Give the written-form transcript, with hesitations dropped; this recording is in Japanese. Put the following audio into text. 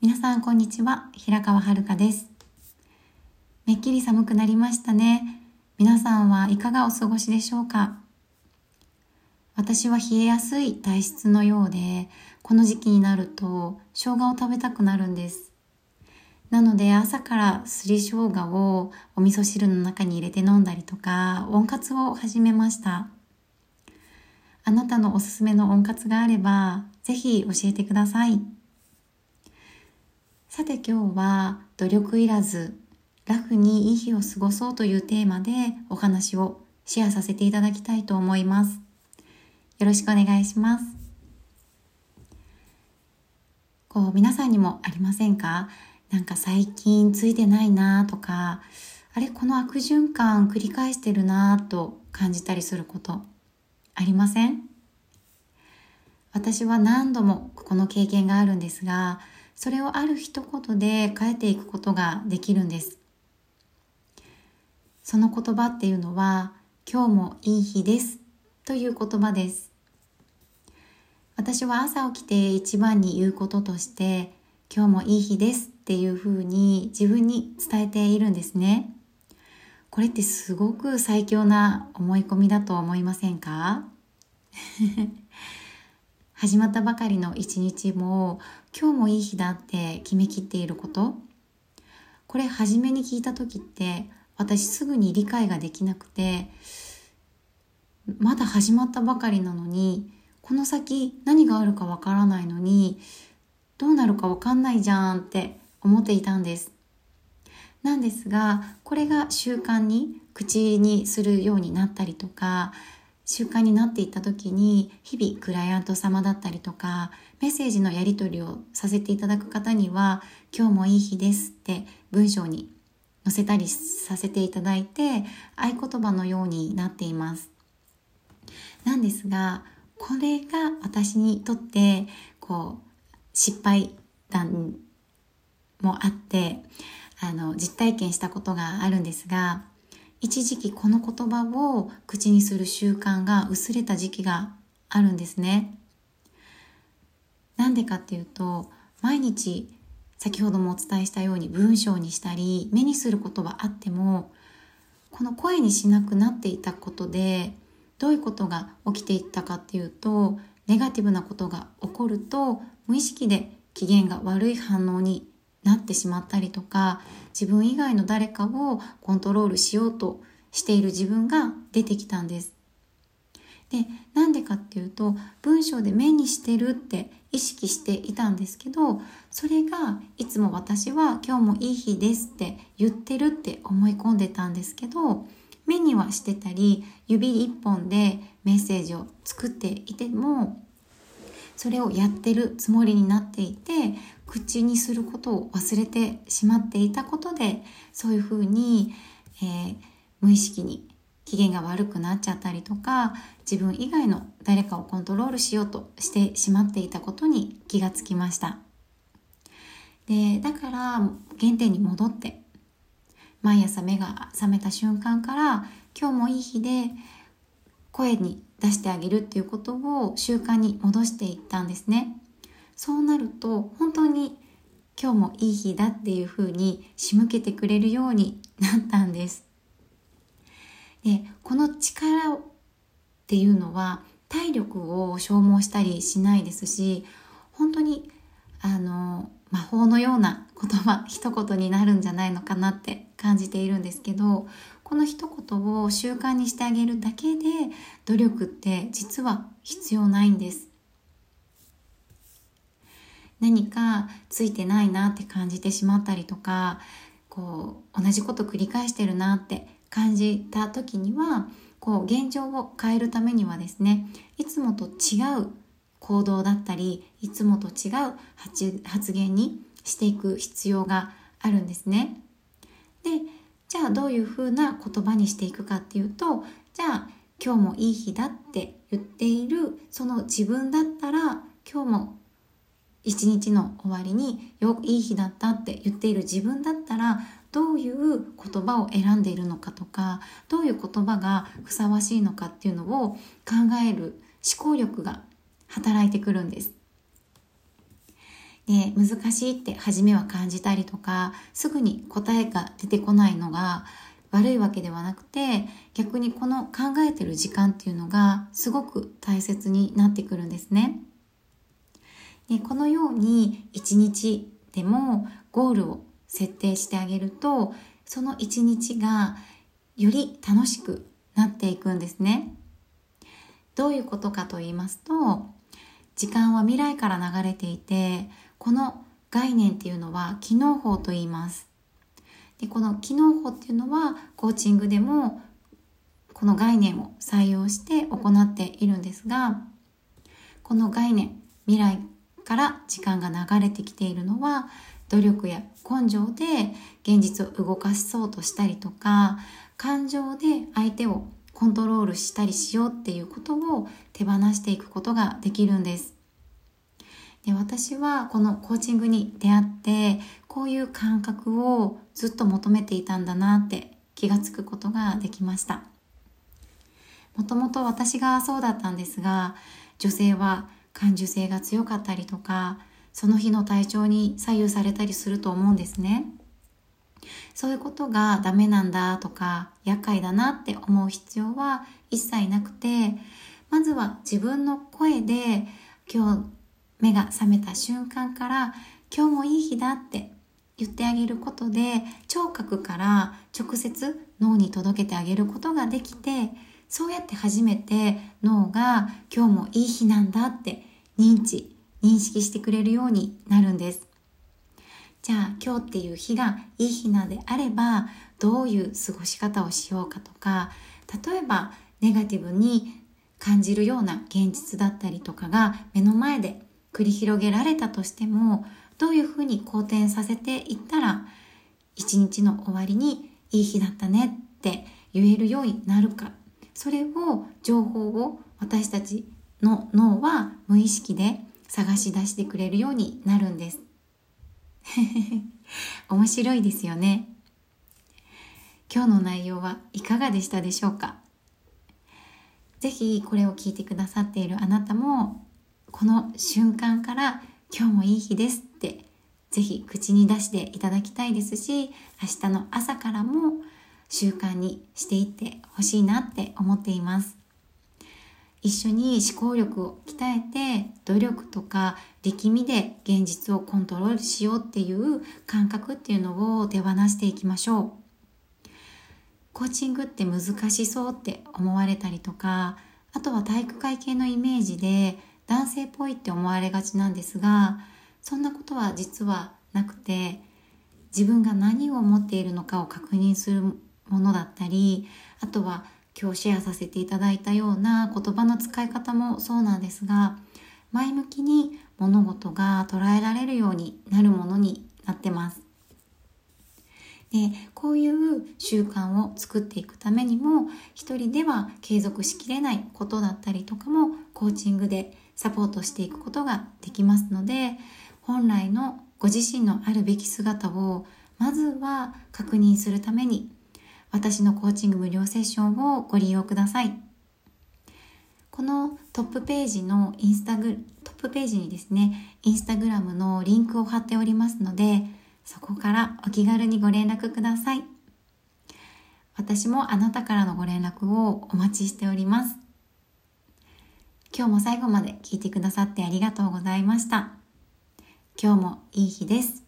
皆さんこんにちは、平川遥です。めっきり寒くなりましたね。皆さんはいかがお過ごしでしょうか。私は冷えやすい体質のようで、この時期になると生姜を食べたくなるんです。なので朝からすり生姜をお味噌汁の中に入れて飲んだりとか、温活を始めました。あなたのおすすめの温活があれば、ぜひ教えてください。さて今日は努力いらずラフにいい日を過ごそうというテーマでお話をシェアさせていただきたいと思います。よろしくお願いします。皆さんにもありませんか？なんか最近ついてないなとか、あれこの悪循環繰り返してるなと感じたりすることありません？私は何度もこの経験があるんですが、それをある一言で変えていくことができるんです。その言葉っていうのは、今日もいい日ですという言葉です。私は朝起きて一番に言うこととして、今日もいい日ですっていうふうに自分に伝えているんですね。これってすごく最強な思い込みだと思いませんか？始まったばかりの一日も今日もいい日だって決めきっていること、これ初めに聞いた時って私すぐに理解ができなくて、まだ始まったばかりなのに、この先何があるかわからないのにどうなるかわかんないじゃんって思っていたんです。なんですが、これが習慣に口にするようになったりとか、習慣になっていった時に、日々クライアント様だったりとかメッセージのやり取りをさせていただく方には、今日もいい日ですって文章に載せたりさせていただいて、合言葉のようになっています。なんですが、これが私にとって失敗談もあって、実体験したことがあるんですが、一時期この言葉を口にする習慣が薄れた時期があるんですね。なんでかっていうと、毎日先ほどもお伝えしたように文章にしたり目にすることはあっても、この声にしなくなっていたことでどういうことが起きていったかっていうと、ネガティブなことが起こると無意識で機嫌が悪い反応になってしまったりとか、自分以外の誰かをコントロールしようとしている自分が出てきたんです。で、なんでかっていうと、文章で目にしてるって意識していたんですけど、それがいつも私は今日もいい日ですって言ってるって思い込んでたんですけど、目にはしてたり指一本でメッセージを作っていても、それをやってるつもりになっていて、口にすることを忘れてしまっていたことで、そういうふうに、無意識に機嫌が悪くなっちゃったりとか、自分以外の誰かをコントロールしようとしてしまっていたことに気がつきました。で、だから原点に戻って、毎朝目が覚めた瞬間から今日もいい日で声に出してあげるっていうことを習慣に戻していったんですね。そうなると本当に今日もいい日だっていう風に仕向けてくれるようになったんです。で、この力っていうのは体力を消耗したりしないですし、本当に魔法のような言葉一言になるんじゃないのかなって感じているんですけど、この一言を習慣にしてあげるだけで努力って実は必要ないんです。何かついてないなって感じてしまったりとか、同じこと繰り返してるなって感じた時には、現状を変えるためにはですね、いつもと違う行動だったり、いつもと違う発言にしていく必要があるんですね。で、じゃあどういうふうな言葉にしていくかっていうと、じゃあ今日もいい日だって言っているその自分だったら、今日も一日の終わりにいい日だったって言っている自分だったら、どういう言葉を選んでいるのかとか、どういう言葉がふさわしいのかっていうのを考える思考力が働いてくるんです。 で、難しいって初めは感じたりとか、すぐに答えが出てこないのが悪いわけではなくて、逆にこの考えてる時間っていうのがすごく大切になってくるんですね。で、このように一日でもゴールを設定してあげると、その一日がより楽しくなっていくんですね。どういうことかと言いますと、時間は未来から流れていて、この概念っていうのは機能法と言います。で、この機能法っていうのはコーチングでもこの概念を採用して行っているんですが、この概念、未来から時間が流れてきているのは、努力や根性で現実を動かそうとしたりとか、感情で相手をコントロールしたりしようっていうことを手放していくことができるんです。で、私はこのコーチングに出会って、こういう感覚をずっと求めていたんだなって気がつくことができました。もともと私がそうだったんですが、女性は感受性が強かったりとか、その日の体調に左右されたりすると思うんですね。そういうことがダメなんだとか、厄介だなって思う必要は一切なくて、まずは自分の声で今日目が覚めた瞬間から今日もいい日だって言ってあげることで、聴覚から直接脳に届けてあげることができて、そうやって初めて脳が今日もいい日なんだって認識してくれるようになるんです。じゃあ今日っていう日がいい日なのであれば、どういう過ごし方をしようかとか、例えばネガティブに感じるような現実だったりとかが目の前で繰り広げられたとしても、どういうふうに好転させていったら一日の終わりにいい日だったねって言えるようになるか、それを情報を私たちの脳は無意識で探し出してくれるようになるんです。面白いですよね。今日の内容はいかがでしたでしょうか。ぜひこれを聞いてくださっているあなたも、この瞬間から今日もいい日ですってぜひ口に出していただきたいですし、明日の朝からも習慣にしていってほしいなって思っています。一緒に思考力を鍛えて、努力とか力みで現実をコントロールしようっていう感覚っていうのを手放していきましょう。コーチングって難しそうって思われたりとか、あとは体育会系のイメージで男性っぽいって思われがちなんですが、そんなことは実はなくて、自分が何を思っているのかを確認するものだったり、あとは今日シェアさせていただいたような言葉の使い方もそうなんですが、前向きに物事が捉えられるようになるものになってます。で、こういう習慣を作っていくためにも、一人では継続しきれないことだったりとかもコーチングでサポートしていくことができますので、本来のご自身のあるべき姿をまずは確認するために、私のコーチング無料セッションをご利用ください。このトップページにですね、インスタグラムのリンクを貼っておりますので、そこからお気軽にご連絡ください。私もあなたからのご連絡をお待ちしております。今日も最後まで聞いてくださってありがとうございました。今日もいい日です。